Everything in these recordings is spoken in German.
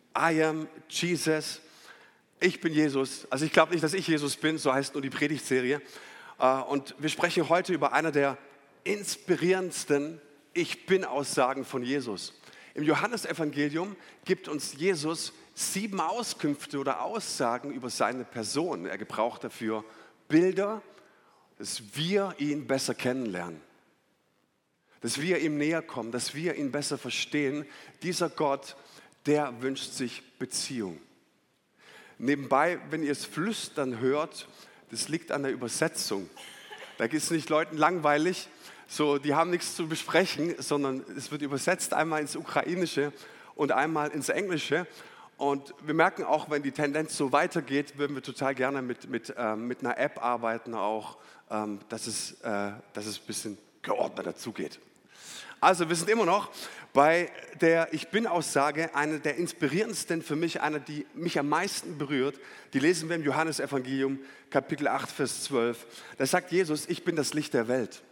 I am Jesus. Ich bin Jesus. Also ich glaube nicht, dass ich Jesus bin, so heißt nur die Predigtserie. Und wir sprechen heute über eine der inspirierendsten Ich Bin-Aussagen von Jesus. Im Johannesevangelium gibt uns Jesus 7 Auskünfte oder Aussagen über seine Person. Er gebraucht dafür Bilder, dass wir ihn besser kennenlernen, dass wir ihm näher kommen, dass wir ihn besser verstehen. Dieser Gott, der wünscht sich Beziehung. Nebenbei, wenn ihr es flüstern hört, das liegt an der Übersetzung. Da ist es nicht Leuten langweilig, so, die haben nichts zu besprechen, sondern es wird übersetzt einmal ins Ukrainische und einmal ins Englische. Und wir merken auch, wenn die Tendenz so weitergeht, würden wir total gerne mit einer App arbeiten, auch, dass es ein bisschen geordneter zugeht. Also wir sind immer noch bei der Ich Bin-Aussage, eine der inspirierendsten für mich, eine, die mich am meisten berührt. Die lesen wir im Johannesevangelium, Kapitel 8, Vers 12. Da sagt Jesus, ich bin das Licht der Welt.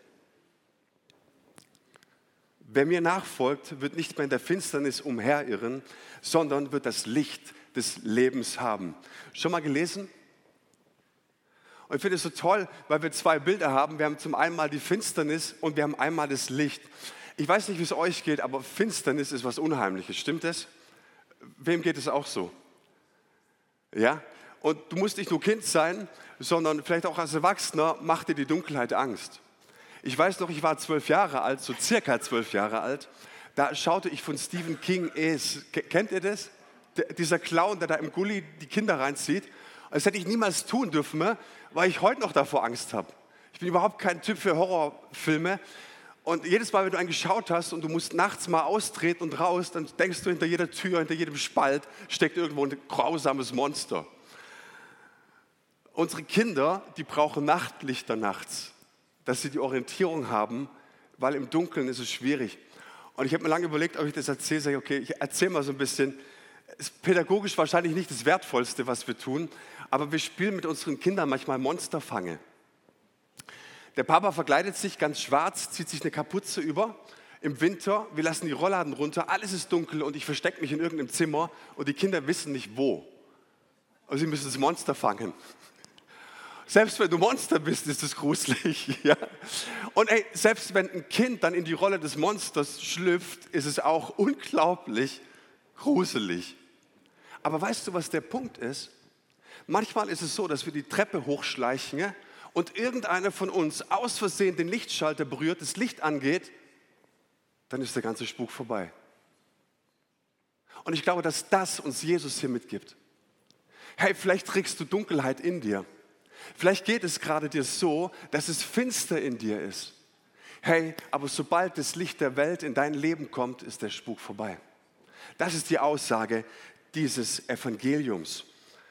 Wer mir nachfolgt, wird nicht mehr in der Finsternis umherirren, sondern wird das Licht des Lebens haben. Schon mal gelesen? Und ich finde es so toll, weil wir 2 Bilder haben. Wir haben zum einen mal die Finsternis und wir haben einmal das Licht. Ich weiß nicht, wie es euch geht, aber Finsternis ist was Unheimliches. Stimmt das? Wem geht es auch so? Ja? Und du musst nicht nur Kind sein, sondern vielleicht auch als Erwachsener macht dir die Dunkelheit Angst. Ich weiß noch, ich war 12 Jahre alt, so circa 12 Jahre alt. Da schaute ich von Stephen King Es. Kennt ihr das? Dieser Clown, der da im Gully die Kinder reinzieht. Das hätte ich niemals tun dürfen, weil ich heute noch davor Angst habe. Ich bin überhaupt kein Typ für Horrorfilme. Und jedes Mal, wenn du einen geschaut hast und du musst nachts mal austreten und raus, dann denkst du, hinter jeder Tür, hinter jedem Spalt steckt irgendwo ein grausames Monster. Unsere Kinder, die brauchen Nachtlichter nachts, dass sie die Orientierung haben, weil im Dunkeln ist es schwierig. Und ich habe mir lange überlegt, ob ich das erzähle. Sage ich, okay, ich erzähle mal so ein bisschen. Ist pädagogisch wahrscheinlich nicht das Wertvollste, was wir tun, aber wir spielen mit unseren Kindern manchmal Monsterfange. Der Papa verkleidet sich ganz schwarz, zieht sich eine Kapuze über. Im Winter, wir lassen die Rollladen runter, alles ist dunkel und ich verstecke mich in irgendeinem Zimmer und die Kinder wissen nicht wo. Also sie müssen das Monster fangen. Selbst wenn du Monster bist, ist es gruselig. Ja? Und selbst wenn ein Kind dann in die Rolle des Monsters schlüpft, ist es auch unglaublich gruselig. Aber weißt du, was der Punkt ist? Manchmal ist es so, dass wir die Treppe hochschleichen und irgendeiner von uns aus Versehen den Lichtschalter berührt, das Licht angeht, dann ist der ganze Spuk vorbei. Und ich glaube, dass das uns Jesus hier mitgibt. Hey, vielleicht trägst du Dunkelheit in dir. Vielleicht geht es gerade dir so, dass es finster in dir ist. Hey, aber sobald das Licht der Welt in dein Leben kommt, ist der Spuk vorbei. Das ist die Aussage dieses Evangeliums.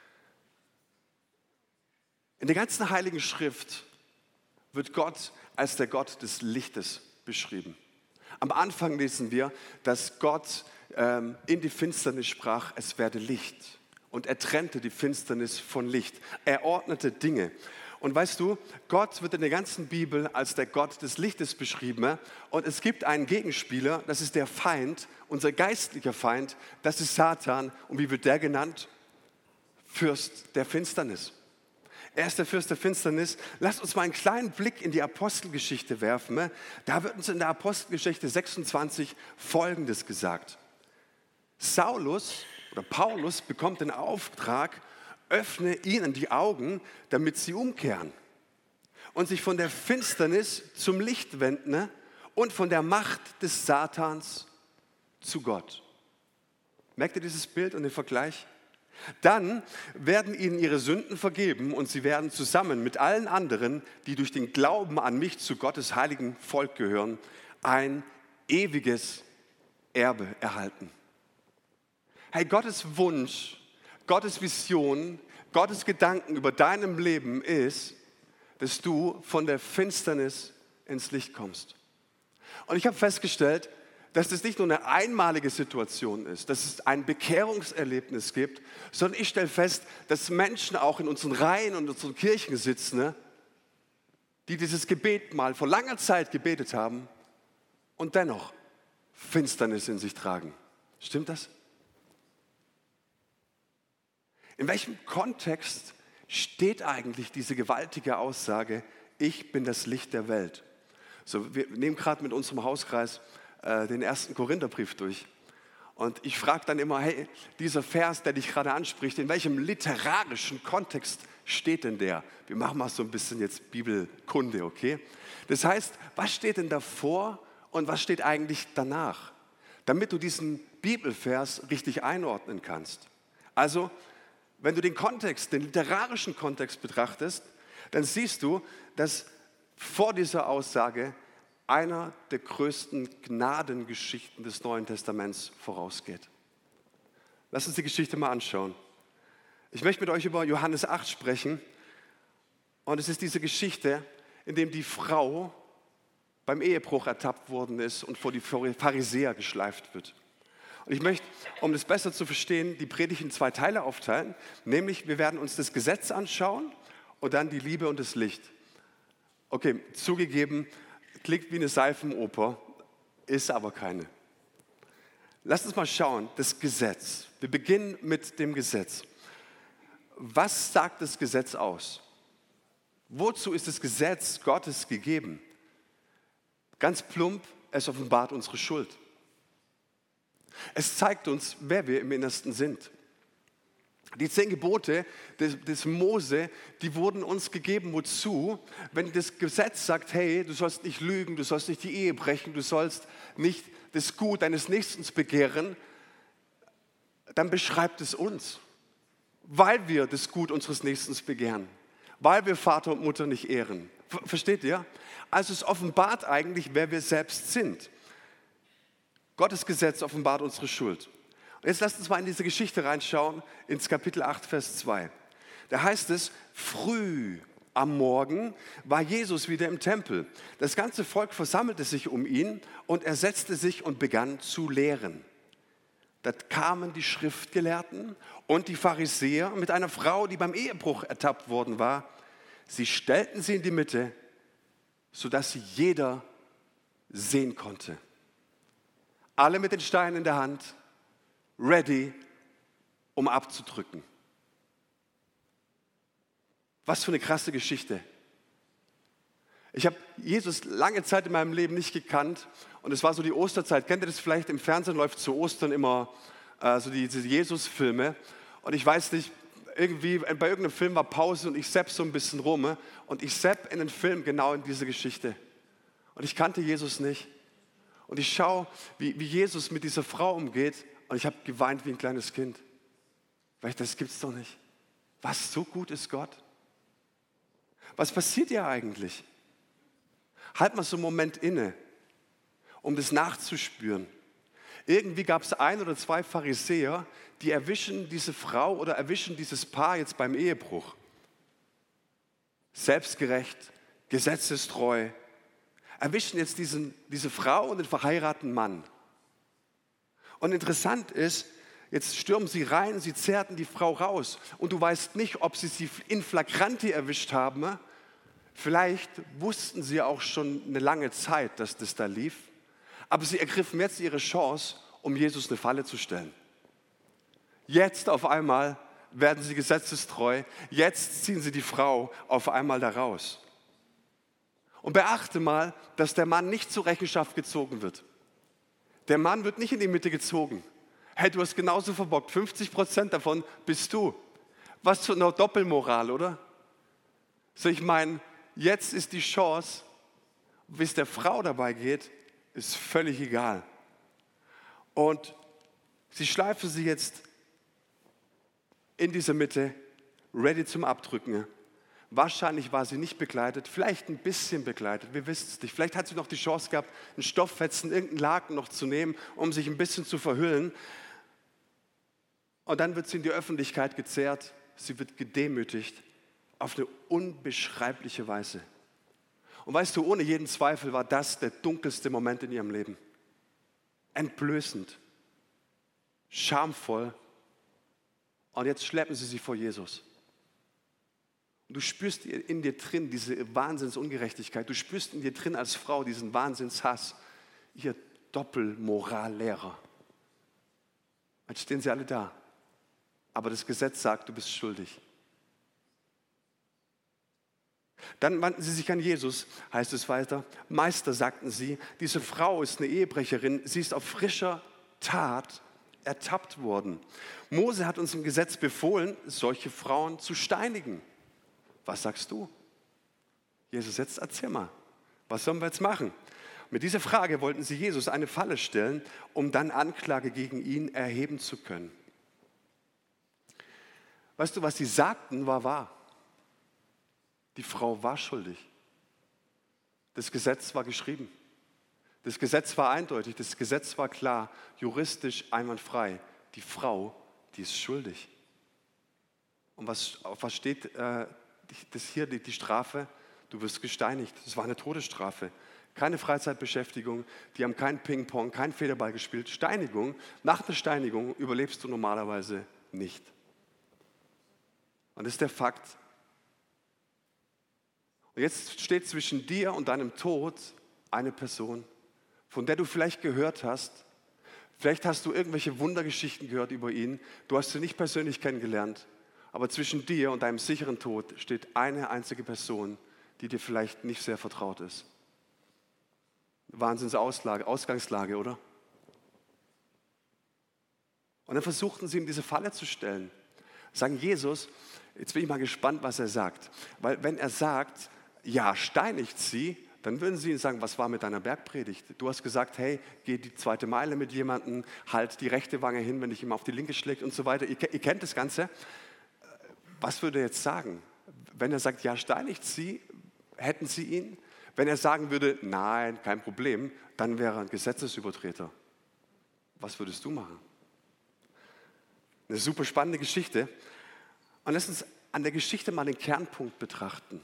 In der ganzen Heiligen Schrift wird Gott als der Gott des Lichtes beschrieben. Am Anfang lesen wir, dass Gott in die Finsternis sprach, es werde Licht. Und er trennte die Finsternis von Licht. Er ordnete Dinge. Und weißt du, Gott wird in der ganzen Bibel als der Gott des Lichtes beschrieben. Und es gibt einen Gegenspieler, das ist der Feind, unser geistlicher Feind, das ist Satan. Und wie wird der genannt? Fürst der Finsternis. Er ist der Fürst der Finsternis. Lasst uns mal einen kleinen Blick in die Apostelgeschichte werfen. Da wird uns in der Apostelgeschichte 26 Folgendes gesagt. Paulus bekommt den Auftrag, öffne ihnen die Augen, damit sie umkehren und sich von der Finsternis zum Licht wenden und von der Macht des Satans zu Gott. Merkt ihr dieses Bild und den Vergleich? Dann werden ihnen ihre Sünden vergeben und sie werden zusammen mit allen anderen, die durch den Glauben an mich zu Gottes heiligen Volk gehören, ein ewiges Erbe erhalten. Hey, Gottes Wunsch, Gottes Vision, Gottes Gedanken über deinem Leben ist, dass du von der Finsternis ins Licht kommst. Und ich habe festgestellt, dass das nicht nur eine einmalige Situation ist, dass es ein Bekehrungserlebnis gibt, sondern ich stelle fest, dass Menschen auch in unseren Reihen und in unseren Kirchen sitzen, die dieses Gebet mal vor langer Zeit gebetet haben und dennoch Finsternis in sich tragen. Stimmt das? In welchem Kontext steht eigentlich diese gewaltige Aussage, ich bin das Licht der Welt? So, wir nehmen gerade mit unserem Hauskreis den 1. Korintherbrief durch. Und ich frage dann immer, hey, dieser Vers, der dich gerade anspricht, in welchem literarischen Kontext steht denn der? Wir machen mal so ein bisschen jetzt Bibelkunde, okay? Das heißt, was steht denn davor und was steht eigentlich danach? Damit du diesen Bibelvers richtig einordnen kannst. Also, wenn du den Kontext, den literarischen Kontext betrachtest, dann siehst du, dass vor dieser Aussage einer der größten Gnadengeschichten des Neuen Testaments vorausgeht. Lass uns die Geschichte mal anschauen. Ich möchte mit euch über Johannes 8 sprechen. Und es ist diese Geschichte, in der die Frau beim Ehebruch ertappt worden ist und vor die Pharisäer geschleift wird. Und ich möchte, um das besser zu verstehen, die Predigt in 2 Teile aufteilen. Nämlich, wir werden uns das Gesetz anschauen und dann die Liebe und das Licht. Okay, zugegeben, klingt wie eine Seifenoper, ist aber keine. Lasst uns mal schauen, das Gesetz. Wir beginnen mit dem Gesetz. Was sagt das Gesetz aus? Wozu ist das Gesetz Gottes gegeben? Ganz plump, es offenbart unsere Schuld. Es zeigt uns, wer wir im Innersten sind. Die 10 Gebote des Mose, die wurden uns gegeben. Wozu? Wenn das Gesetz sagt, hey, du sollst nicht lügen, du sollst nicht die Ehe brechen, du sollst nicht das Gut deines Nächsten begehren, dann beschreibt es uns, weil wir das Gut unseres Nächsten begehren, weil wir Vater und Mutter nicht ehren. Versteht ihr? Also es offenbart eigentlich, wer wir selbst sind. Gottes Gesetz offenbart unsere Schuld. Und jetzt lasst uns mal in diese Geschichte reinschauen, ins Kapitel 8, Vers 2. Da heißt es, früh am Morgen war Jesus wieder im Tempel. Das ganze Volk versammelte sich um ihn und er setzte sich und begann zu lehren. Da kamen die Schriftgelehrten und die Pharisäer mit einer Frau, die beim Ehebruch ertappt worden war. Sie stellten sie in die Mitte, sodass sie jeder sehen konnte. Alle mit den Steinen in der Hand, ready, um abzudrücken. Was für eine krasse Geschichte. Ich habe Jesus lange Zeit in meinem Leben nicht gekannt und es war so die Osterzeit. Kennt ihr das vielleicht? Im Fernsehen läuft zu Ostern immer so diese Jesus-Filme und ich weiß nicht, irgendwie bei irgendeinem Film war Pause und ich zapp so ein bisschen rum und ich zapp in den Film genau in diese Geschichte. Und ich kannte Jesus nicht. Und ich schaue, wie Jesus mit dieser Frau umgeht und ich habe geweint wie ein kleines Kind. Weil das gibt's doch nicht. Was, so gut ist Gott? Was passiert hier eigentlich? Halt mal so einen Moment inne, um das nachzuspüren. Irgendwie gab es 1 oder 2 Pharisäer, die erwischen diese Frau oder erwischen dieses Paar jetzt beim Ehebruch. Selbstgerecht, gesetzestreu. Erwischen jetzt diese Frau und den verheirateten Mann. Und interessant ist, jetzt stürmen sie rein, sie zerrten die Frau raus. Und du weißt nicht, ob sie in flagranti erwischt haben. Vielleicht wussten sie auch schon eine lange Zeit, dass das da lief. Aber sie ergriffen jetzt ihre Chance, um Jesus eine Falle zu stellen. Jetzt auf einmal werden sie gesetzestreu. Jetzt ziehen sie die Frau auf einmal da raus. Und beachte mal, dass der Mann nicht zur Rechenschaft gezogen wird. Der Mann wird nicht in die Mitte gezogen. Hey, du hast genauso verbockt. 50% davon bist du. Was für eine Doppelmoral, oder? So, ich meine, jetzt ist die Chance, wie es der Frau dabei geht, ist völlig egal. Und sie schleifen sie jetzt in diese Mitte, ready zum Abdrücken. Wahrscheinlich war sie nicht begleitet, vielleicht ein bisschen begleitet, wir wissen es nicht. Vielleicht hat sie noch die Chance gehabt, einen Stofffetzen, irgendeinen Laken noch zu nehmen, um sich ein bisschen zu verhüllen. Und dann wird sie in die Öffentlichkeit gezerrt, sie wird gedemütigt auf eine unbeschreibliche Weise. Und weißt du, ohne jeden Zweifel war das der dunkelste Moment in ihrem Leben. Entblößend, schamvoll. Und jetzt schleppen sie sie vor Jesus. Und du spürst in dir drin diese Wahnsinnsungerechtigkeit. Du spürst in dir drin als Frau diesen Wahnsinnshass. Ihr Doppelmorallehrer. Jetzt stehen sie alle da. aber das Gesetz sagt, du bist schuldig. Dann wandten sie sich an Jesus, heißt es weiter. Meister, sagten sie, diese Frau ist eine Ehebrecherin, sie ist auf frischer Tat ertappt worden. Mose hat uns im Gesetz befohlen, solche Frauen zu steinigen. Was sagst du? Jesus, jetzt erzähl mal, was sollen wir jetzt machen? Mit dieser Frage wollten sie Jesus eine Falle stellen, um dann Anklage gegen ihn erheben zu können. Weißt du, was sie sagten, war wahr. Die Frau war schuldig. Das Gesetz war geschrieben. Das Gesetz war eindeutig, das Gesetz war klar, juristisch einwandfrei. Die Frau, die ist schuldig. Und auf was steht das hier, die Strafe? Du wirst gesteinigt. Das war eine Todesstrafe. Keine Freizeitbeschäftigung, die haben kein Ping-Pong, kein Federball gespielt. Steinigung, nach der Steinigung überlebst du normalerweise nicht. Und das ist der Fakt. Und jetzt steht zwischen dir und deinem Tod eine Person, von der du vielleicht gehört hast. Vielleicht hast du irgendwelche Wundergeschichten gehört über ihn. Du hast sie nicht persönlich kennengelernt. Aber zwischen dir und deinem sicheren Tod steht eine einzige Person, die dir vielleicht nicht sehr vertraut ist. Ausgangslage, oder? Und dann versuchten sie ihm diese Falle zu stellen. Sagen, Jesus, jetzt bin ich mal gespannt, was er sagt. Weil wenn er sagt, ja, steinigt sie, dann würden sie ihn sagen, was war mit deiner Bergpredigt? Du hast gesagt, hey, geh die 2. Meile mit jemandem, halt die rechte Wange hin, wenn dich ihm auf die linke schlägt und so weiter. Ihr kennt das Ganze. Was würde er jetzt sagen? Wenn er sagt, ja, steinigt sie, hätten sie ihn? Wenn er sagen würde, nein, kein Problem, dann wäre er ein Gesetzesübertreter. Was würdest du machen? Eine super spannende Geschichte. Und lass uns an der Geschichte mal den Kernpunkt betrachten.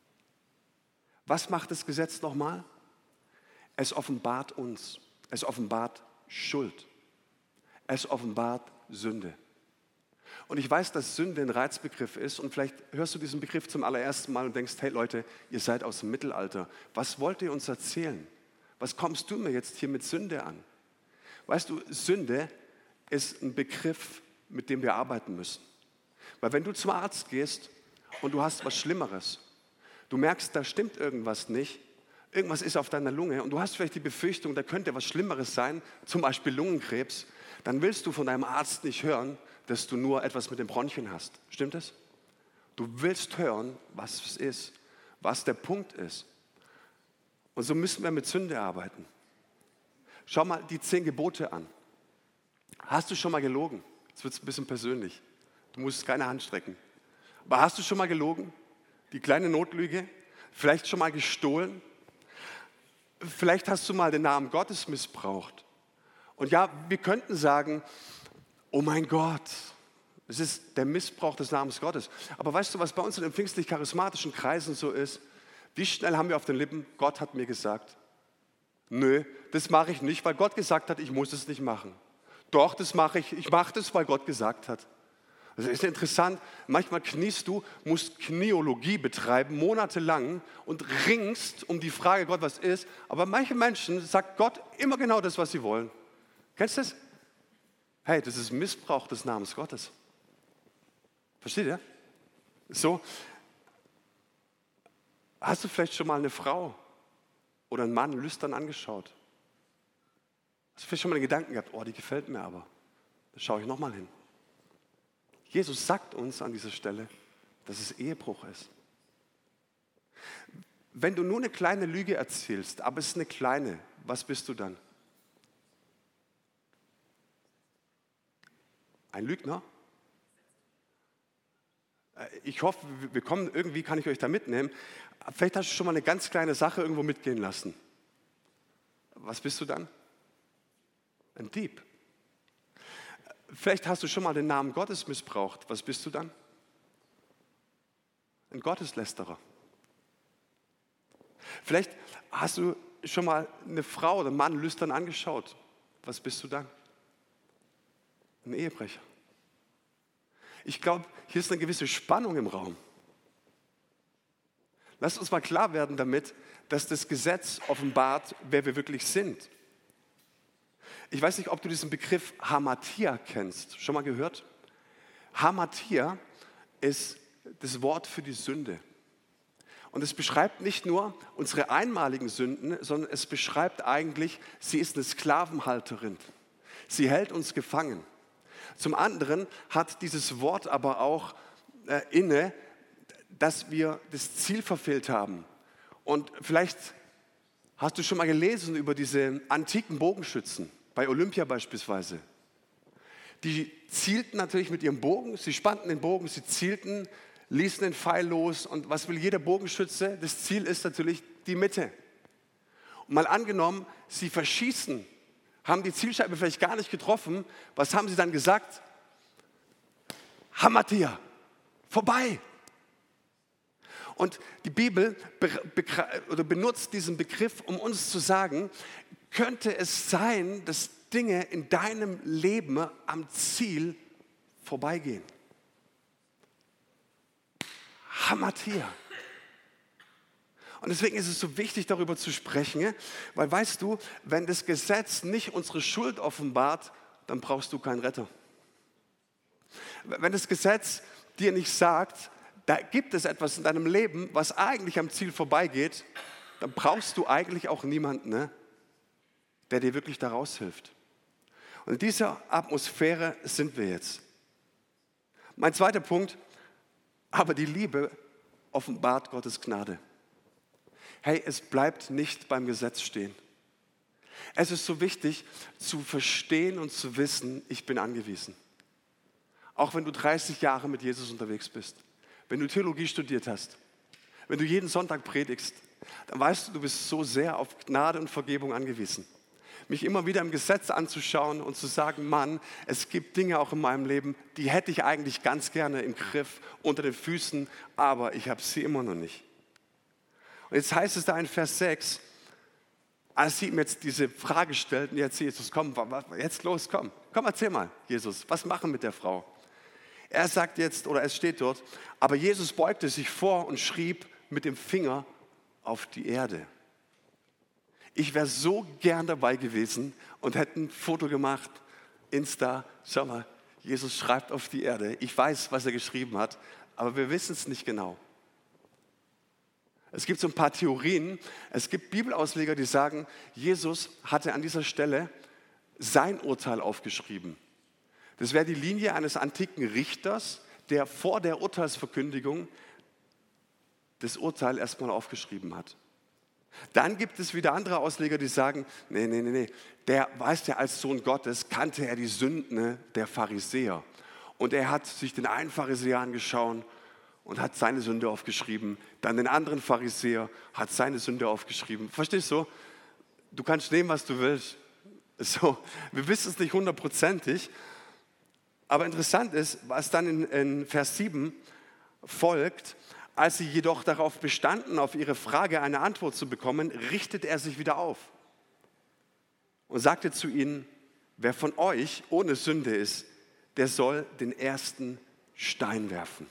Was macht das Gesetz nochmal? Es offenbart uns. Es offenbart Schuld. Es offenbart Sünde. Und ich weiß, dass Sünde ein Reizbegriff ist und vielleicht hörst du diesen Begriff zum allerersten Mal und denkst, hey Leute, ihr seid aus dem Mittelalter. Was wollt ihr uns erzählen? Was kommst du mir jetzt hier mit Sünde an? Weißt du, Sünde ist ein Begriff, mit dem wir arbeiten müssen. Weil wenn du zum Arzt gehst und du hast was Schlimmeres, du merkst, da stimmt irgendwas nicht, irgendwas ist auf deiner Lunge und du hast vielleicht die Befürchtung, da könnte was Schlimmeres sein, zum Beispiel Lungenkrebs, dann willst du von deinem Arzt nicht hören, dass du nur etwas mit den Bronchien hast. Stimmt das? Du willst hören, was es ist, was der Punkt ist. Und so müssen wir mit Sünde arbeiten. Schau mal die 10 Gebote an. Hast du schon mal gelogen? Jetzt wird es ein bisschen persönlich. Du musst keine Hand strecken. Aber hast du schon mal gelogen? Die kleine Notlüge? Vielleicht schon mal gestohlen? Vielleicht hast du mal den Namen Gottes missbraucht. Und ja, wir könnten sagen, oh mein Gott, es ist der Missbrauch des Namens Gottes. Aber weißt du, was bei uns in den pfingstlich-charismatischen Kreisen so ist? Wie schnell haben wir auf den Lippen, Gott hat mir gesagt. Nö, das mache ich nicht, weil Gott gesagt hat, ich muss es nicht machen. Doch, das mache ich. Ich mache das, weil Gott gesagt hat. Das ist interessant. Manchmal kniest du, musst Kniologie betreiben, monatelang und ringst um die Frage, Gott, was ist. Aber manche Menschen sagt Gott immer genau das, was sie wollen. Kennst du das? Hey, das ist Missbrauch des Namens Gottes. Versteht ihr? So, hast du vielleicht schon mal eine Frau oder einen Mann lüstern angeschaut? Hast du vielleicht schon mal den Gedanken gehabt, oh, die gefällt mir aber. Da schaue ich nochmal hin. Jesus sagt uns an dieser Stelle, dass es Ehebruch ist. Wenn du nur eine kleine Lüge erzählst, aber es ist eine kleine, was bist du dann? Ein Lügner? Ich hoffe, wir kommen, irgendwie kann ich euch da mitnehmen. Vielleicht hast du schon mal eine ganz kleine Sache irgendwo mitgehen lassen. Was bist du dann? Ein Dieb. Vielleicht hast du schon mal den Namen Gottes missbraucht. Was bist du dann? Ein Gotteslästerer. Vielleicht hast du schon mal eine Frau oder einen Mann lüstern angeschaut. Was bist du dann? Ein Ehebrecher. Ich glaube, hier ist eine gewisse Spannung im Raum. Lasst uns mal klar werden damit, dass das Gesetz offenbart, wer wir wirklich sind. Ich weiß nicht, ob du diesen Begriff Hamatia kennst. Schon mal gehört? Hamathia ist das Wort für die Sünde. Und es beschreibt nicht nur unsere einmaligen Sünden, sondern es beschreibt eigentlich, sie ist eine Sklavenhalterin. Sie hält uns gefangen. Zum anderen hat dieses Wort aber auch inne, dass wir das Ziel verfehlt haben. Und vielleicht hast du schon mal gelesen über diese antiken Bogenschützen, bei Olympia beispielsweise. Die zielten natürlich mit ihrem Bogen, sie spannten den Bogen, sie zielten, ließen den Pfeil los. Und was will jeder Bogenschütze? Das Ziel ist natürlich die Mitte. Und mal angenommen, sie verschießen, haben die Zielscheibe vielleicht gar nicht getroffen. Was haben sie dann gesagt? Hamathia, vorbei. Und die Bibel benutzt diesen Begriff, um uns zu sagen, könnte es sein, dass Dinge in deinem Leben am Ziel vorbeigehen. Hamathia. Und deswegen ist es so wichtig, darüber zu sprechen, weil weißt du, wenn das Gesetz nicht unsere Schuld offenbart, dann brauchst du keinen Retter. Wenn das Gesetz dir nicht sagt, da gibt es etwas in deinem Leben, was eigentlich am Ziel vorbeigeht, dann brauchst du eigentlich auch niemanden, der dir wirklich da raushilft. Und in dieser Atmosphäre sind wir jetzt. Mein zweiter Punkt, aber die Liebe offenbart Gottes Gnade. Hey, es bleibt nicht beim Gesetz stehen. Es ist so wichtig zu verstehen und zu wissen, ich bin angewiesen. Auch wenn du 30 Jahre mit Jesus unterwegs bist, wenn du Theologie studiert hast, wenn du jeden Sonntag predigst, dann weißt du, du bist so sehr auf Gnade und Vergebung angewiesen. Mich immer wieder im Gesetz anzuschauen und zu sagen, Mann, es gibt Dinge auch in meinem Leben, die hätte ich eigentlich ganz gerne im Griff, unter den Füßen, aber ich habe sie immer noch nicht. Und jetzt heißt es da in Vers 6, als sie ihm jetzt diese Frage stellten, jetzt Jesus, komm, jetzt los, komm, erzähl mal, Jesus, was machen mit der Frau? Er sagt jetzt, oder es steht dort, aber Jesus beugte sich vor und schrieb mit dem Finger auf die Erde. Ich wäre so gern dabei gewesen und hätte ein Foto gemacht, Insta, schau mal, Jesus schreibt auf die Erde. Ich weiß, was er geschrieben hat, aber wir wissen es nicht genau. Es gibt so ein paar Theorien, es gibt Bibelausleger, die sagen, Jesus hatte an dieser Stelle sein Urteil aufgeschrieben. Das wäre die Linie eines antiken Richters, der vor der Urteilsverkündigung das Urteil erstmal aufgeschrieben hat. Dann gibt es wieder andere Ausleger, die sagen, nee, der weiß ja als Sohn Gottes, kannte er die Sünden der Pharisäer. Und er hat sich den einen Pharisäer angeschaut und hat seine Sünde aufgeschrieben. Dann den anderen Pharisäer hat seine Sünde aufgeschrieben. Verstehst du? Du kannst nehmen, was du willst. So, wir wissen es nicht hundertprozentig. Aber interessant ist, was dann in Vers 7 folgt. Als sie jedoch darauf bestanden, auf ihre Frage eine Antwort zu bekommen, richtet er sich wieder auf und sagte zu ihnen, wer von euch ohne Sünde ist, der soll den ersten Stein werfen.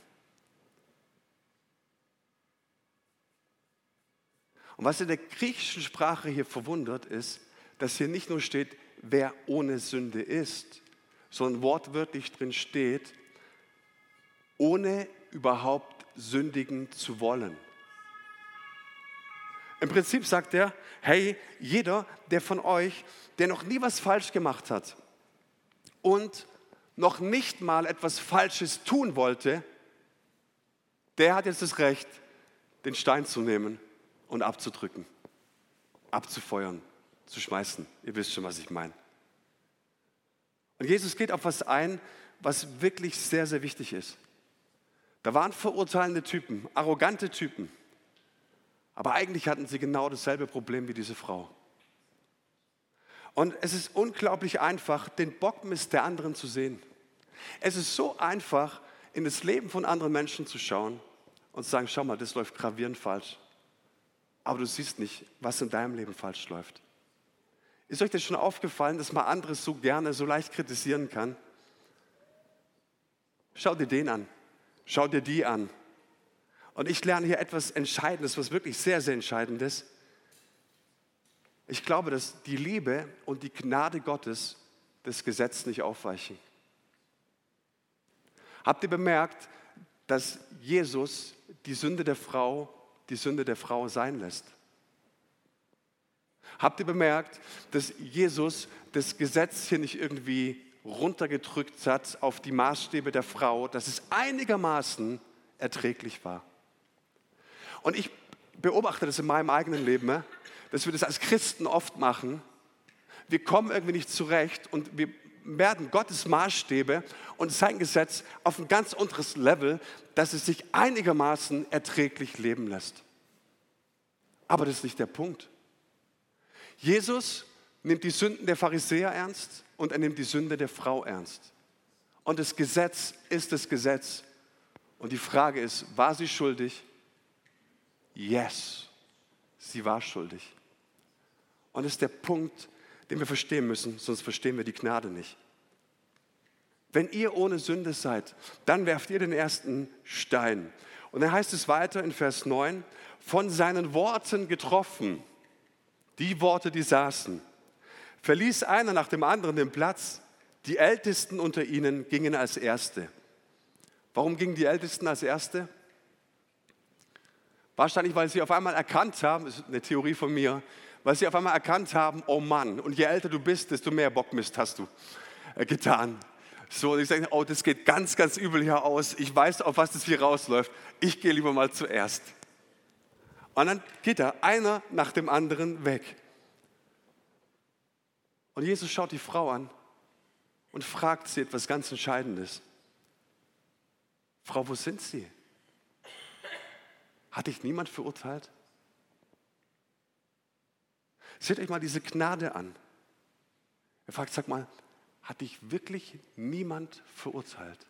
Und was in der griechischen Sprache hier verwundert ist, dass hier nicht nur steht, wer ohne Sünde ist, sondern wortwörtlich drin steht, ohne überhaupt sündigen zu wollen. Im Prinzip sagt er, hey, jeder, der von euch, der noch nie was falsch gemacht hat und noch nicht mal etwas Falsches tun wollte, der hat jetzt das Recht, den Stein zu nehmen und abzudrücken, abzufeuern, zu schmeißen. Ihr wisst schon, was ich meine. Und Jesus geht auf was ein, was wirklich sehr, sehr wichtig ist. Da waren verurteilende Typen, arrogante Typen. Aber eigentlich hatten sie genau dasselbe Problem wie diese Frau. Und es ist unglaublich einfach, den Bockmist der anderen zu sehen. Es ist so einfach, in das Leben von anderen Menschen zu schauen und zu sagen, schau mal, das läuft gravierend falsch. Aber du siehst nicht, was in deinem Leben falsch läuft. Ist euch das schon aufgefallen, dass man anderes so gerne, so leicht kritisieren kann? Schau dir den an. Schau dir die an. Und ich lerne hier etwas Entscheidendes, was wirklich sehr, sehr Entscheidendes. Ich glaube, dass die Liebe und die Gnade Gottes das Gesetz nicht aufweichen. Habt ihr bemerkt, dass Jesus die Sünde der Frau sein lässt? Habt ihr bemerkt, dass Jesus das Gesetz hier nicht irgendwie runtergedrückt hat auf die Maßstäbe der Frau, dass es einigermaßen erträglich war? Und ich beobachte das in meinem eigenen Leben, dass wir das als Christen oft machen. Wir kommen irgendwie nicht zurecht und wir werden Gottes Maßstäbe und sein Gesetz auf ein ganz unteres Level, dass es sich einigermaßen erträglich leben lässt. Aber das ist nicht der Punkt. Jesus nimmt die Sünden der Pharisäer ernst und er nimmt die Sünde der Frau ernst. Und das Gesetz ist das Gesetz. Und die Frage ist, war sie schuldig? Yes, sie war schuldig. Und das ist der Punkt, den wir verstehen müssen, sonst verstehen wir die Gnade nicht. Wenn ihr ohne Sünde seid, dann werft ihr den ersten Stein. Und dann heißt es weiter in Vers 9, von seinen Worten getroffen, die Worte, die saßen, verließ einer nach dem anderen den Platz. Die Ältesten unter ihnen gingen als Erste. Warum gingen die Ältesten als Erste? Wahrscheinlich, weil sie auf einmal erkannt haben, das ist eine Theorie von mir, weil sie auf einmal erkannt haben, oh Mann, und je älter du bist, desto mehr Bockmist hast du getan. So, und ich sage, oh, das geht ganz, ganz übel hier aus. Ich weiß, auf was das hier rausläuft. Ich gehe lieber mal zuerst. Und dann geht da einer nach dem anderen weg. Und Jesus schaut die Frau an und fragt sie etwas ganz Entscheidendes. Frau, wo sind Sie? Hat dich niemand verurteilt? Seht euch mal diese Gnade an. Er fragt, sag mal, hat dich wirklich niemand verurteilt?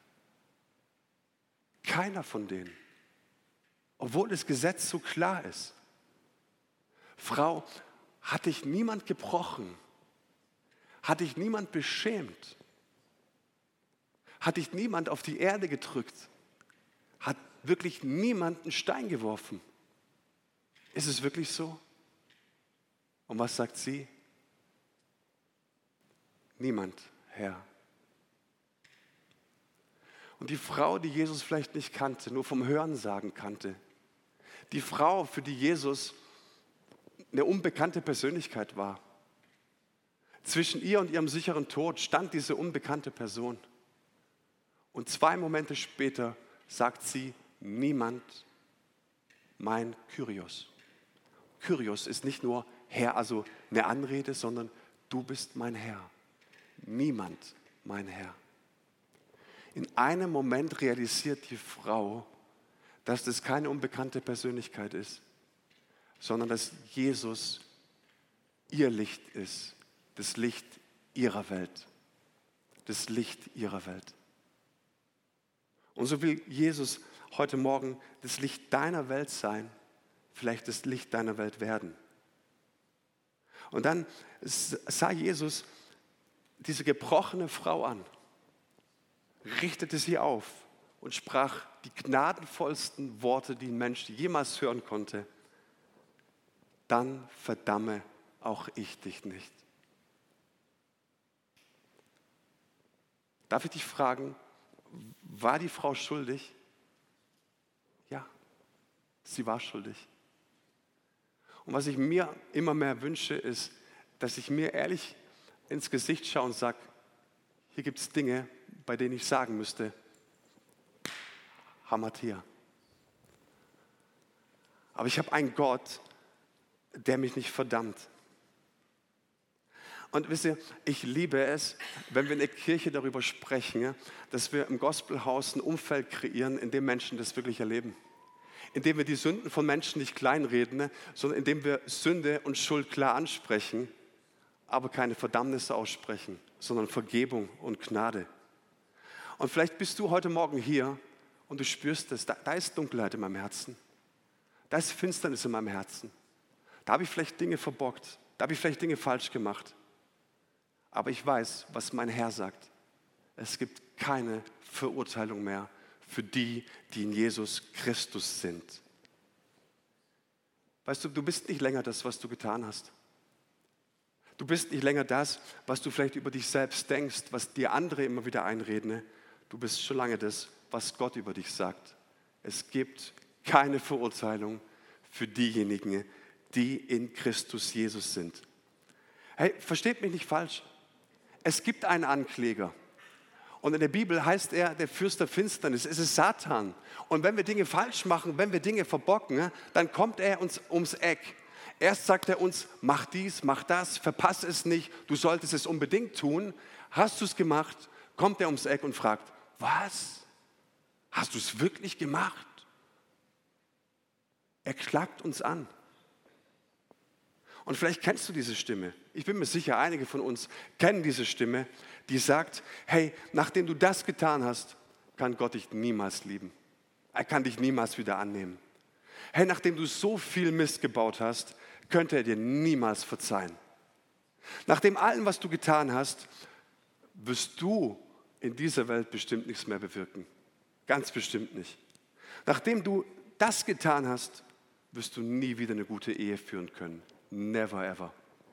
Keiner von denen. Obwohl das Gesetz so klar ist. Frau, hat dich niemand gebrochen? Hat dich niemand beschämt? Hat dich niemand auf die Erde gedrückt? Hat wirklich niemand einen Stein geworfen? Ist es wirklich so? Und was sagt sie? Niemand, Herr. Und die Frau, die Jesus vielleicht nicht kannte, nur vom Hörensagen kannte, die Frau, für die Jesus eine unbekannte Persönlichkeit war, zwischen ihr und ihrem sicheren Tod stand diese unbekannte Person. Und 2 Momente später sagt sie, niemand, mein Kyrios. Kyrios ist nicht nur Herr, also eine Anrede, sondern du bist mein Herr. Niemand, mein Herr. In einem Moment realisiert die Frau, dass das keine unbekannte Persönlichkeit ist, sondern dass Jesus ihr Licht ist, das Licht ihrer Welt, das Licht ihrer Welt. Und so will Jesus heute Morgen das Licht deiner Welt sein, vielleicht das Licht deiner Welt werden. Und dann sah Jesus diese gebrochene Frau an, richtete sie auf und sprach die gnadenvollsten Worte, die ein Mensch jemals hören konnte. Dann verdamme auch ich dich nicht. Darf ich dich fragen, war die Frau schuldig? Ja, sie war schuldig. Und was ich mir immer mehr wünsche, ist, dass ich mir ehrlich ins Gesicht schaue und sage, hier gibt es Dinge, bei denen ich sagen müsste, Hamathia. Aber ich habe einen Gott, der mich nicht verdammt. Und wisst ihr, ich liebe es, wenn wir in der Kirche darüber sprechen, dass wir im Gospelhaus ein Umfeld kreieren, in dem Menschen das wirklich erleben. In dem wir die Sünden von Menschen nicht kleinreden, sondern in dem wir Sünde und Schuld klar ansprechen, aber keine Verdammnis aussprechen, sondern Vergebung und Gnade. Und vielleicht bist du heute Morgen hier und du spürst es, da ist Dunkelheit in meinem Herzen. Da ist Finsternis in meinem Herzen. Da habe ich vielleicht Dinge verbockt, da habe ich vielleicht Dinge falsch gemacht. Aber ich weiß, was mein Herr sagt. Es gibt keine Verurteilung mehr für die, die in Jesus Christus sind. Weißt du, du bist nicht länger das, was du getan hast. Du bist nicht länger das, was du vielleicht über dich selbst denkst, was dir andere immer wieder einreden. Du bist schon lange das, was Gott über dich sagt. Es gibt keine Verurteilung für diejenigen, die in Christus Jesus sind. Hey, versteht mich nicht falsch. Es gibt einen Ankläger. Und in der Bibel heißt er der Fürst der Finsternis. Es ist Satan. Und wenn wir Dinge falsch machen, wenn wir Dinge verbocken, dann kommt er uns ums Eck. Erst sagt er uns, mach dies, mach das, verpass es nicht, du solltest es unbedingt tun. Hast du es gemacht, kommt er ums Eck und fragt, was? Hast du es wirklich gemacht? Er klagt uns an. Und vielleicht kennst du diese Stimme. Ich bin mir sicher, einige von uns kennen diese Stimme, die sagt, hey, nachdem du das getan hast, kann Gott dich niemals lieben. Er kann dich niemals wieder annehmen. Hey, nachdem du so viel Mist gebaut hast, könnte er dir niemals verzeihen. Nach dem allem, was du getan hast, wirst du in dieser Welt bestimmt nichts mehr bewirken. Ganz bestimmt nicht. Nachdem du das getan hast, wirst du nie wieder eine gute Ehe führen können. Never ever.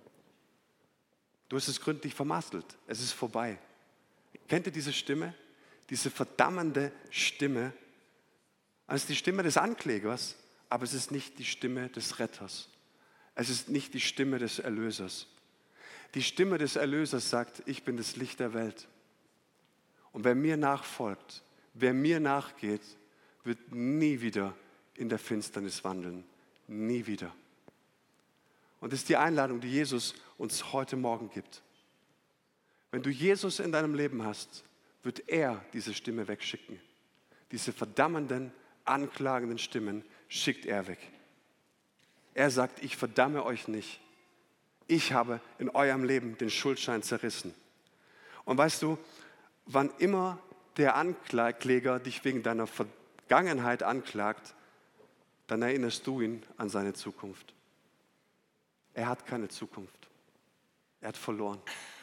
Du hast es gründlich vermasselt. Es ist vorbei. Kennt ihr diese Stimme? Diese verdammende Stimme. Es ist die Stimme des Anklägers, aber es ist nicht die Stimme des Retters. Es ist nicht die Stimme des Erlösers. Die Stimme des Erlösers sagt, ich bin das Licht der Welt. Und wer mir nachfolgt, wer mir nachgeht, wird nie wieder in der Finsternis wandeln. Nie wieder. Und das ist die Einladung, die Jesus uns heute Morgen gibt. Wenn du Jesus in deinem Leben hast, wird er diese Stimme wegschicken. Diese verdammenden, anklagenden Stimmen schickt er weg. Er sagt, ich verdamme euch nicht. Ich habe in eurem Leben den Schuldschein zerrissen. Und weißt du, wann immer der Ankläger dich wegen deiner Vergangenheit anklagt, dann erinnerst du ihn an seine Zukunft. Er hat keine Zukunft. Er hat verloren.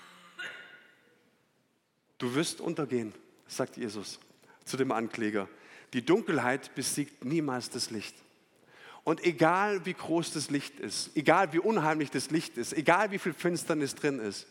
Du wirst untergehen, sagt Jesus zu dem Ankläger. Die Dunkelheit besiegt niemals das Licht. Und egal wie groß das Licht ist, egal wie unheimlich das Licht ist, egal wie viel Finsternis drin ist,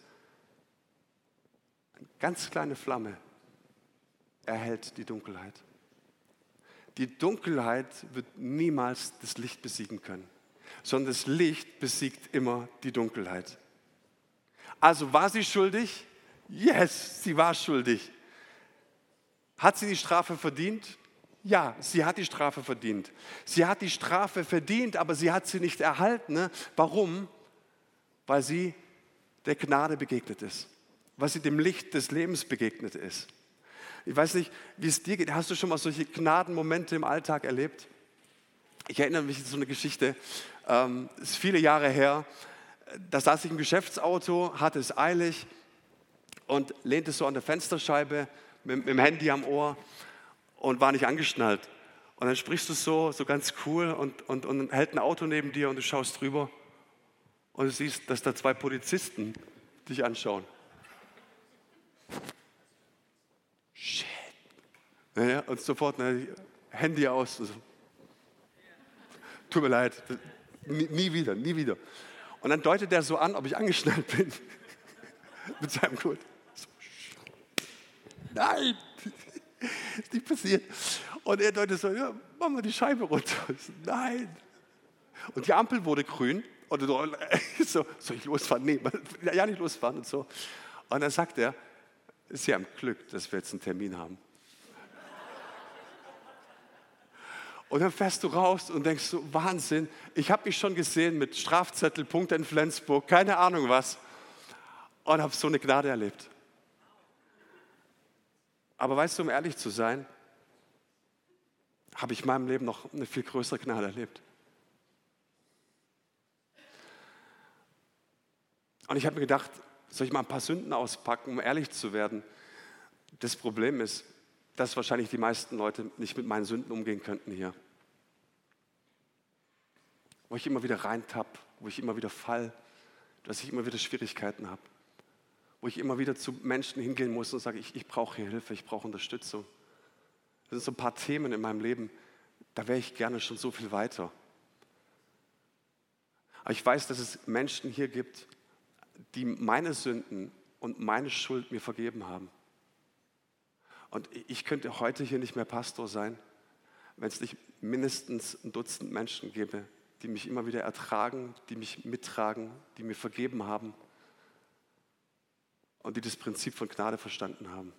eine ganz kleine Flamme erhält die Dunkelheit. Die Dunkelheit wird niemals das Licht besiegen können, sondern das Licht besiegt immer die Dunkelheit. Also war sie schuldig? Yes, sie war schuldig. Hat sie die Strafe verdient? Ja, sie hat die Strafe verdient. Sie hat die Strafe verdient, aber sie hat sie nicht erhalten. Ne? Warum? Weil sie der Gnade begegnet ist. Weil sie dem Licht des Lebens begegnet ist. Ich weiß nicht, wie es dir geht. Hast du schon mal solche Gnadenmomente im Alltag erlebt? Ich erinnere mich an so eine Geschichte, das ist viele Jahre her. Da saß ich im Geschäftsauto, hatte es eilig und lehnte so an der Fensterscheibe mit dem Handy am Ohr und war nicht angeschnallt. Und dann sprichst du so ganz cool und hält ein Auto neben dir und du schaust drüber und du siehst, dass da 2 Polizisten dich anschauen. Shit. Ja, und sofort Handy aus. Und so. Tut mir leid, nie wieder, nie wieder. Und dann deutet er so an, ob ich angeschnallt bin. Mit seinem Gurt. So. Nein, ist nicht passiert. Und er deutet so, ja, mach mal die Scheibe runter. So, nein. Und die Ampel wurde grün. Und so, soll ich losfahren? Nee, ja, nicht losfahren und so. Und dann sagt er, Sie haben Glück, dass wir jetzt einen Termin haben. Und dann fährst du raus und denkst so, Wahnsinn, ich habe mich schon gesehen mit Strafzettel, Punkte in Flensburg, keine Ahnung was. Und habe so eine Gnade erlebt. Aber weißt du, um ehrlich zu sein, habe ich in meinem Leben noch eine viel größere Gnade erlebt. Und ich habe mir gedacht, soll ich mal ein paar Sünden auspacken, um ehrlich zu werden? Das Problem ist, dass wahrscheinlich die meisten Leute nicht mit meinen Sünden umgehen könnten hier. Wo ich immer wieder reintapp, wo ich immer wieder fall, dass ich immer wieder Schwierigkeiten habe. Wo ich immer wieder zu Menschen hingehen muss und sage, ich brauche hier Hilfe, ich brauche Unterstützung. Das sind so ein paar Themen in meinem Leben, da wäre ich gerne schon so viel weiter. Aber ich weiß, dass es Menschen hier gibt, die meine Sünden und meine Schuld mir vergeben haben. Und ich könnte heute hier nicht mehr Pastor sein, wenn es nicht mindestens ein Dutzend Menschen gäbe, die mich immer wieder ertragen, die mich mittragen, die mir vergeben haben und die das Prinzip von Gnade verstanden haben.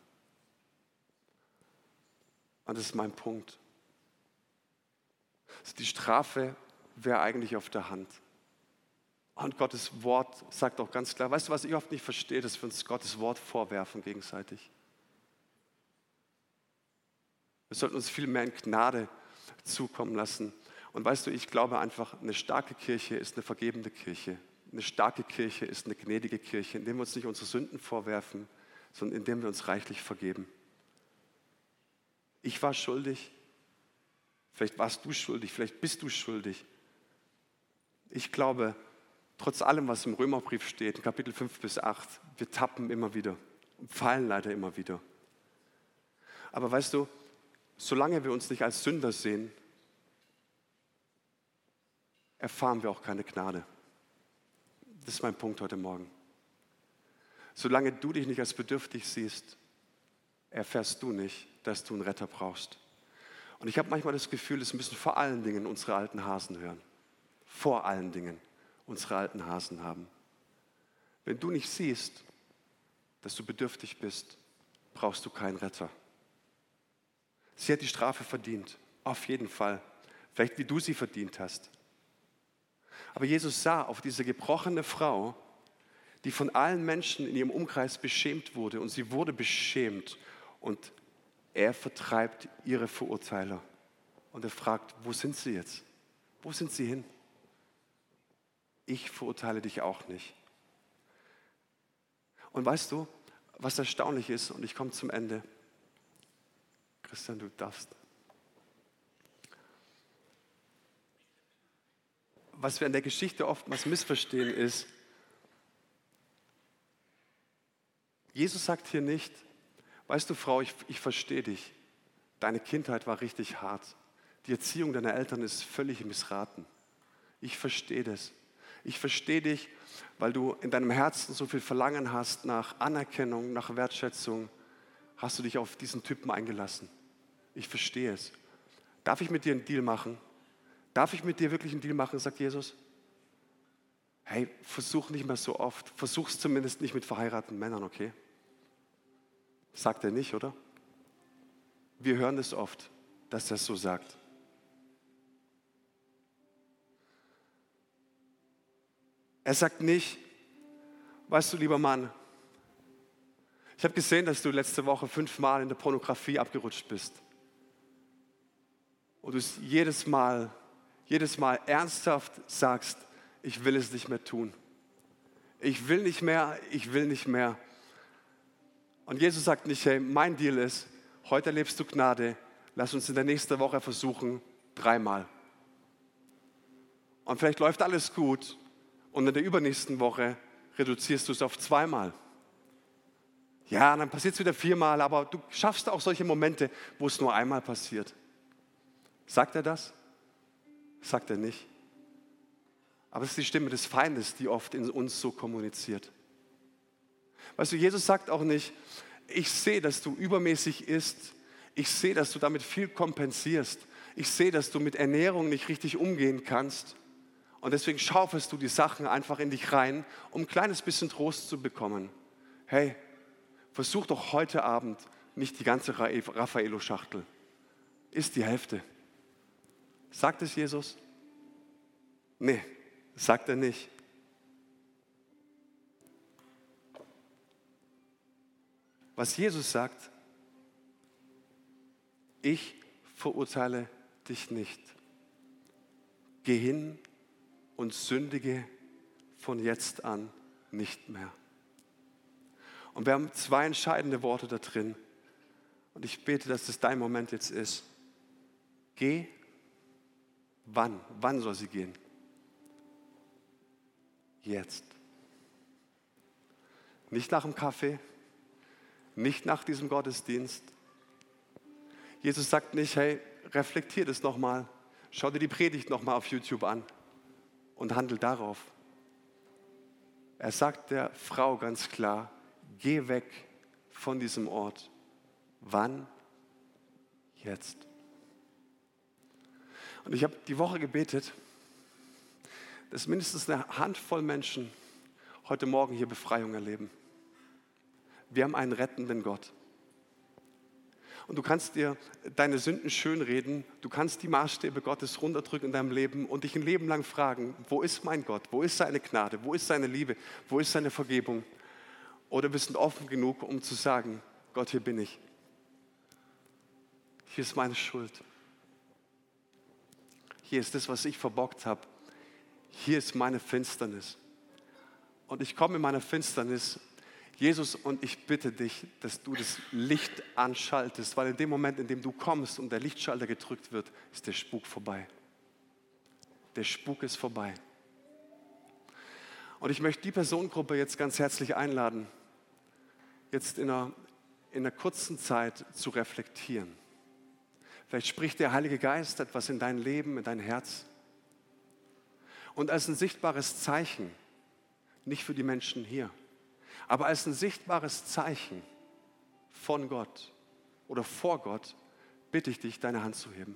Und das ist mein Punkt. Also die Strafe wäre eigentlich auf der Hand. Und Gottes Wort sagt auch ganz klar, weißt du, was ich oft nicht verstehe, dass wir uns Gottes Wort vorwerfen gegenseitig. Wir sollten uns viel mehr in Gnade zukommen lassen. Und weißt du, ich glaube einfach, eine starke Kirche ist eine vergebende Kirche. Eine starke Kirche ist eine gnädige Kirche, indem wir uns nicht unsere Sünden vorwerfen, sondern indem wir uns reichlich vergeben. Ich war schuldig, vielleicht warst du schuldig, vielleicht bist du schuldig. Ich glaube, trotz allem, was im Römerbrief steht, in Kapitel 5 bis 8, wir tappen immer wieder und fallen leider immer wieder. Aber weißt du, solange wir uns nicht als Sünder sehen, erfahren wir auch keine Gnade. Das ist mein Punkt heute Morgen. Solange du dich nicht als bedürftig siehst, erfährst du nicht, dass du einen Retter brauchst. Und ich habe manchmal das Gefühl, es müssen vor allen Dingen unsere alten Hasen hören. Vor allen Dingen unsere alten Hasen haben. Wenn du nicht siehst, dass du bedürftig bist, brauchst du keinen Retter. Sie hat die Strafe verdient, auf jeden Fall. Vielleicht wie du sie verdient hast. Aber Jesus sah auf diese gebrochene Frau, die von allen Menschen in ihrem Umkreis beschämt wurde. Und sie wurde beschämt. Und er vertreibt ihre Verurteiler. Und er fragt, wo sind sie jetzt? Wo sind sie hin? Ich verurteile dich auch nicht. Und weißt du, was erstaunlich ist, und ich komme zum Ende. Christian, du darfst. Was wir in der Geschichte oftmals missverstehen ist, Jesus sagt hier nicht, weißt du Frau, ich verstehe dich. Deine Kindheit war richtig hart. Die Erziehung deiner Eltern ist völlig missraten. Ich verstehe das. Ich verstehe dich, weil du in deinem Herzen so viel Verlangen hast nach Anerkennung, nach Wertschätzung. Hast du dich auf diesen Typen eingelassen. Ich verstehe es. Darf ich mit dir einen Deal machen? Darf ich mit dir wirklich einen Deal machen, sagt Jesus? Hey, versuch nicht mehr so oft. Versuch's zumindest nicht mit verheirateten Männern, okay? Sagt er nicht, oder? Wir hören es oft, dass er es so sagt. Er sagt nicht, weißt du, lieber Mann, ich habe gesehen, dass du letzte Woche 5 Mal in der Pornografie abgerutscht bist. Und du es jedes Mal ernsthaft sagst, ich will es nicht mehr tun. Ich will nicht mehr, ich will nicht mehr. Und Jesus sagt nicht, hey, mein Deal ist, heute erlebst du Gnade, lass uns in der nächsten Woche versuchen, 3 Mal. Und vielleicht läuft alles gut und in der übernächsten Woche reduzierst du es auf 2 Mal. Ja, dann passiert es wieder 4 Mal, aber du schaffst auch solche Momente, wo es nur einmal passiert. Sagt er das? Sagt er nicht. Aber es ist die Stimme des Feindes, die oft in uns so kommuniziert. Weißt du, Jesus sagt auch nicht, ich sehe, dass du übermäßig isst. Ich sehe, dass du damit viel kompensierst. Ich sehe, dass du mit Ernährung nicht richtig umgehen kannst. Und deswegen schaufelst du die Sachen einfach in dich rein, um ein kleines bisschen Trost zu bekommen. Hey, versuch doch heute Abend nicht die ganze Raffaello-Schachtel. Iss die Hälfte. Sagt es Jesus? Nee, sagt er nicht. Was Jesus sagt, ich verurteile dich nicht. Geh hin und sündige von jetzt an nicht mehr. Und wir haben 2 entscheidende Worte da drin. Und ich bete, dass das dein Moment jetzt ist. Geh. Wann? Wann soll sie gehen? Jetzt. Nicht nach dem Kaffee, nicht nach diesem Gottesdienst. Jesus sagt nicht, hey, reflektier das nochmal, schau dir die Predigt nochmal auf YouTube an und handel darauf. Er sagt der Frau ganz klar, geh weg von diesem Ort, Wann? Jetzt. Und ich habe die Woche gebetet, dass mindestens eine Handvoll Menschen heute Morgen hier Befreiung erleben. Wir haben einen rettenden Gott. Und du kannst dir deine Sünden schönreden, du kannst die Maßstäbe Gottes runterdrücken in deinem Leben und dich ein Leben lang fragen, wo ist mein Gott, wo ist seine Gnade, wo ist seine Liebe, wo ist seine Vergebung? Oder wir sind offen genug, um zu sagen, Gott, hier bin ich. Hier ist meine Schuld. Hier ist das, was ich verbockt habe. Hier ist meine Finsternis. Und ich komme in meiner Finsternis, Jesus, und ich bitte dich, dass du das Licht anschaltest, weil in dem Moment, in dem du kommst und der Lichtschalter gedrückt wird, ist der Spuk vorbei. Der Spuk ist vorbei. Und ich möchte die Personengruppe jetzt ganz herzlich einladen, jetzt in einer kurzen Zeit zu reflektieren. Vielleicht spricht der Heilige Geist etwas in dein Leben, in dein Herz. Und als ein sichtbares Zeichen, nicht für die Menschen hier, aber als ein sichtbares Zeichen von Gott oder vor Gott, bitte ich dich, deine Hand zu heben.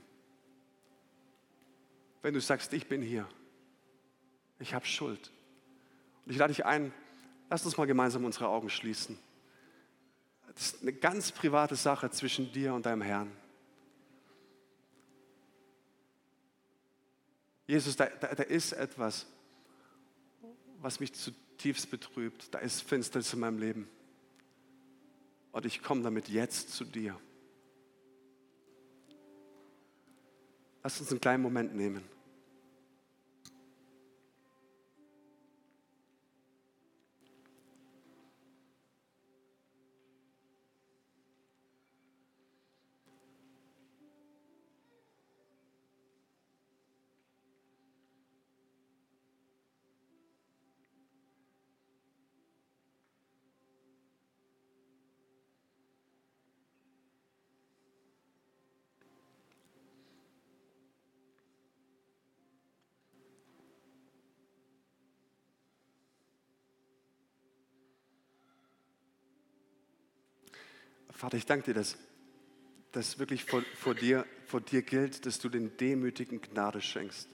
Wenn du sagst, ich bin hier, ich habe Schuld. Und ich lade dich ein, lass uns mal gemeinsam unsere Augen schließen. Das ist eine ganz private Sache zwischen dir und deinem Herrn. Jesus, da ist etwas, was mich zutiefst betrübt. Da ist Finsternis in meinem Leben. Und ich komme damit jetzt zu dir. Lass uns einen kleinen Moment nehmen. Vater, ich danke dir, dass das wirklich vor dir gilt, dass du den Demütigen Gnade schenkst.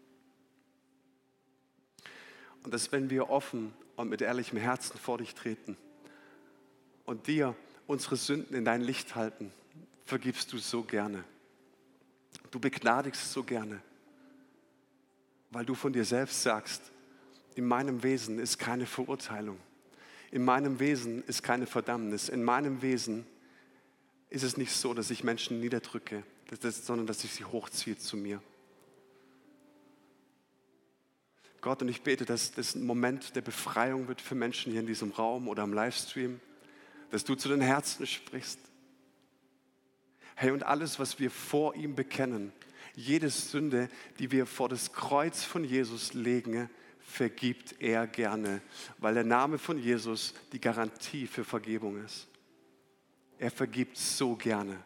Und dass, wenn wir offen und mit ehrlichem Herzen vor dich treten und dir unsere Sünden in dein Licht halten, vergibst du so gerne. Du begnadigst so gerne, weil du von dir selbst sagst, in meinem Wesen ist keine Verurteilung. In meinem Wesen ist keine Verdammnis. In meinem Wesen ist es nicht so, dass ich Menschen niederdrücke, sondern dass ich sie hochziehe zu mir. Gott, und ich bete, dass das ein Moment der Befreiung wird für Menschen hier in diesem Raum oder am Livestream, dass du zu den Herzen sprichst. Hey, und alles, was wir vor ihm bekennen, jede Sünde, die wir vor das Kreuz von Jesus legen, vergibt er gerne, weil der Name von Jesus die Garantie für Vergebung ist. Er vergibt so gerne.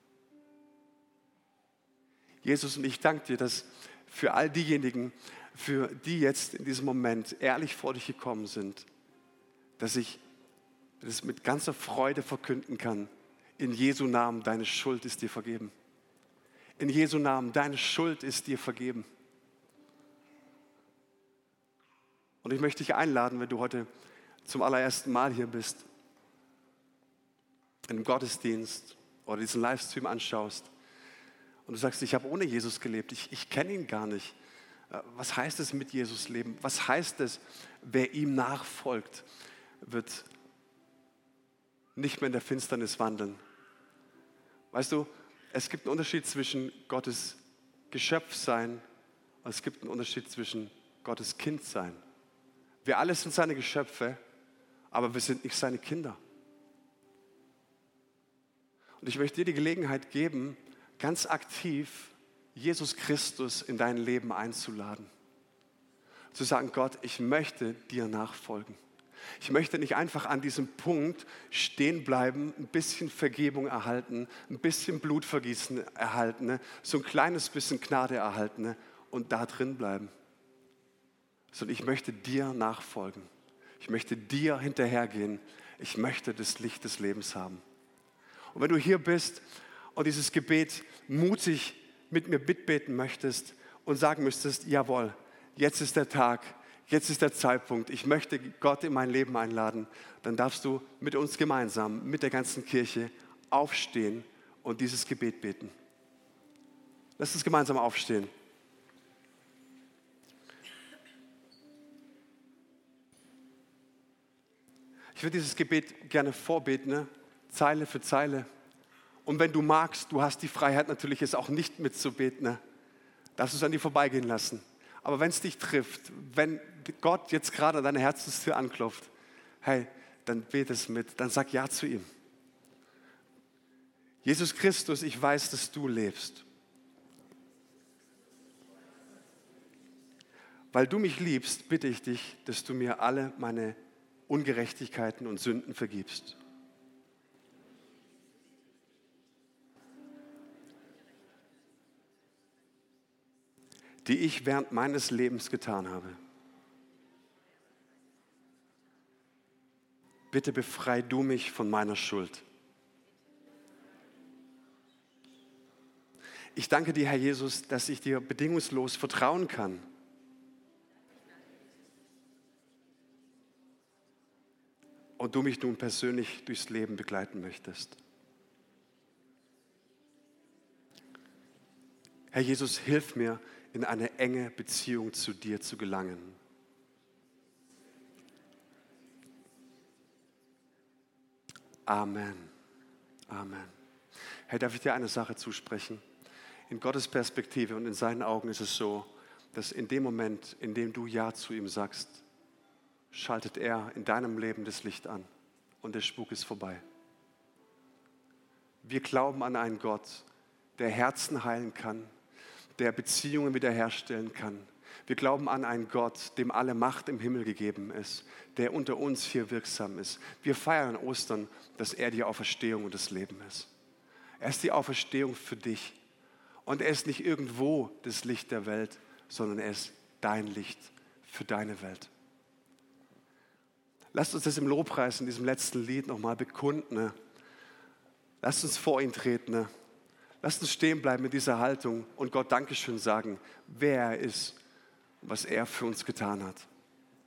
Jesus, und ich danke dir, dass für all diejenigen, für die jetzt in diesem Moment ehrlich vor dich gekommen sind, dass ich das mit ganzer Freude verkünden kann. In Jesu Namen, deine Schuld ist dir vergeben. In Jesu Namen, deine Schuld ist dir vergeben. Und ich möchte dich einladen, wenn du heute zum allerersten Mal hier bist, in einem Gottesdienst oder diesen Livestream anschaust und du sagst, ich habe ohne Jesus gelebt, ich kenne ihn gar nicht. Was heißt es, mit Jesus leben? Was heißt es, wer ihm nachfolgt, wird nicht mehr in der Finsternis wandeln? Weißt du, es gibt einen Unterschied zwischen Gottes Geschöpf sein und es gibt einen Unterschied zwischen Gottes Kind sein. Wir alle sind seine Geschöpfe, aber wir sind nicht seine Kinder. Und ich möchte dir die Gelegenheit geben, ganz aktiv Jesus Christus in dein Leben einzuladen. Zu sagen, Gott, ich möchte dir nachfolgen. Ich möchte nicht einfach an diesem Punkt stehen bleiben, ein bisschen Vergebung erhalten, ein bisschen Blutvergießen erhalten, so ein kleines bisschen Gnade erhalten und da drin bleiben. Sondern ich möchte dir nachfolgen. Ich möchte dir hinterhergehen. Ich möchte das Licht des Lebens haben. Und wenn du hier bist und dieses Gebet mutig mit mir mitbeten möchtest und sagen müsstest, jawohl, jetzt ist der Tag, jetzt ist der Zeitpunkt, ich möchte Gott in mein Leben einladen, dann darfst du mit uns gemeinsam, mit der ganzen Kirche aufstehen und dieses Gebet beten. Lass uns gemeinsam aufstehen. Ich würde dieses Gebet gerne vorbeten, ne? Zeile für Zeile. Und wenn du magst, du hast die Freiheit natürlich, es auch nicht mitzubeten, ne? Darfst du es an dir vorbeigehen lassen. Aber wenn es dich trifft, wenn Gott jetzt gerade an deine Herzenstür anklopft, hey, dann bete es mit, dann sag Ja zu ihm. Jesus Christus, ich weiß, dass du lebst. Weil du mich liebst, bitte ich dich, dass du mir alle meine Ungerechtigkeiten und Sünden vergibst. Die ich während meines Lebens getan habe. Bitte befrei du mich von meiner Schuld. Ich danke dir, Herr Jesus, dass ich dir bedingungslos vertrauen kann. Und du mich nun persönlich durchs Leben begleiten möchtest. Herr Jesus, hilf mir, in eine enge Beziehung zu dir zu gelangen. Amen. Amen. Herr, darf ich dir eine Sache zusprechen? In Gottes Perspektive und in seinen Augen ist es so, dass in dem Moment, in dem du Ja zu ihm sagst, schaltet er in deinem Leben das Licht an und der Spuk ist vorbei. Wir glauben an einen Gott, der Herzen heilen kann, der Beziehungen wiederherstellen kann. Wir glauben an einen Gott, dem alle Macht im Himmel gegeben ist, der unter uns hier wirksam ist. Wir feiern an Ostern, dass er die Auferstehung und das Leben ist. Er ist die Auferstehung für dich. Und er ist nicht irgendwo das Licht der Welt, sondern er ist dein Licht für deine Welt. Lasst uns das im Lobpreis in diesem letzten Lied nochmal bekunden. Ne? Lasst uns vor ihn treten. Ne? Lasst uns stehen bleiben mit dieser Haltung und Gott Dankeschön sagen, wer er ist und was er für uns getan hat.